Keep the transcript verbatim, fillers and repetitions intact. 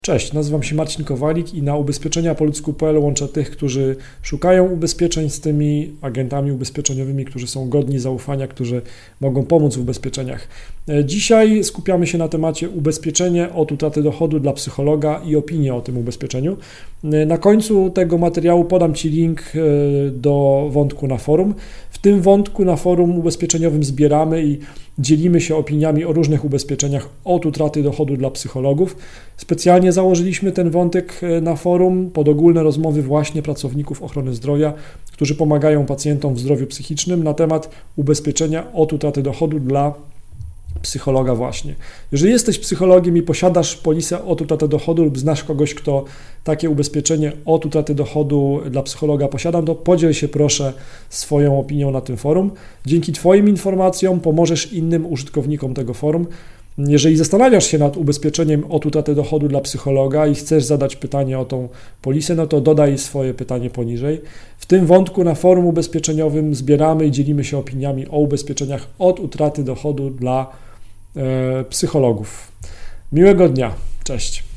Cześć, nazywam się Marcin Kowalik i na ubezpieczenia po ludzku kropka p l łączę tych, którzy szukają ubezpieczeń z tymi agentami ubezpieczeniowymi, którzy są godni zaufania, którzy mogą pomóc w ubezpieczeniach. Dzisiaj skupiamy się na temacie ubezpieczenie od utraty dochodu dla psychologa i opinię o tym ubezpieczeniu. Na końcu tego materiału podam Ci link do wątku na forum. W tym wątku na forum ubezpieczeniowym zbieramy i dzielimy się opiniami o różnych ubezpieczeniach od utraty dochodu dla psychologów. Specjalnie założyliśmy ten wątek na forum pod ogólne rozmowy właśnie pracowników ochrony zdrowia, którzy pomagają pacjentom w zdrowiu psychicznym na temat ubezpieczenia od utraty dochodu dla psychologa właśnie. Jeżeli jesteś psychologiem i posiadasz polisę od utraty dochodu lub znasz kogoś, kto takie ubezpieczenie od utraty dochodu dla psychologa posiada, to podziel się proszę swoją opinią na tym forum. Dzięki Twoim informacjom pomożesz innym użytkownikom tego forum. Jeżeli zastanawiasz się nad ubezpieczeniem od utraty dochodu dla psychologa i chcesz zadać pytanie o tą polisę, no to dodaj swoje pytanie poniżej. W tym wątku na forum ubezpieczeniowym zbieramy i dzielimy się opiniami o ubezpieczeniach od utraty dochodu dla e, psychologów. Miłego dnia. Cześć.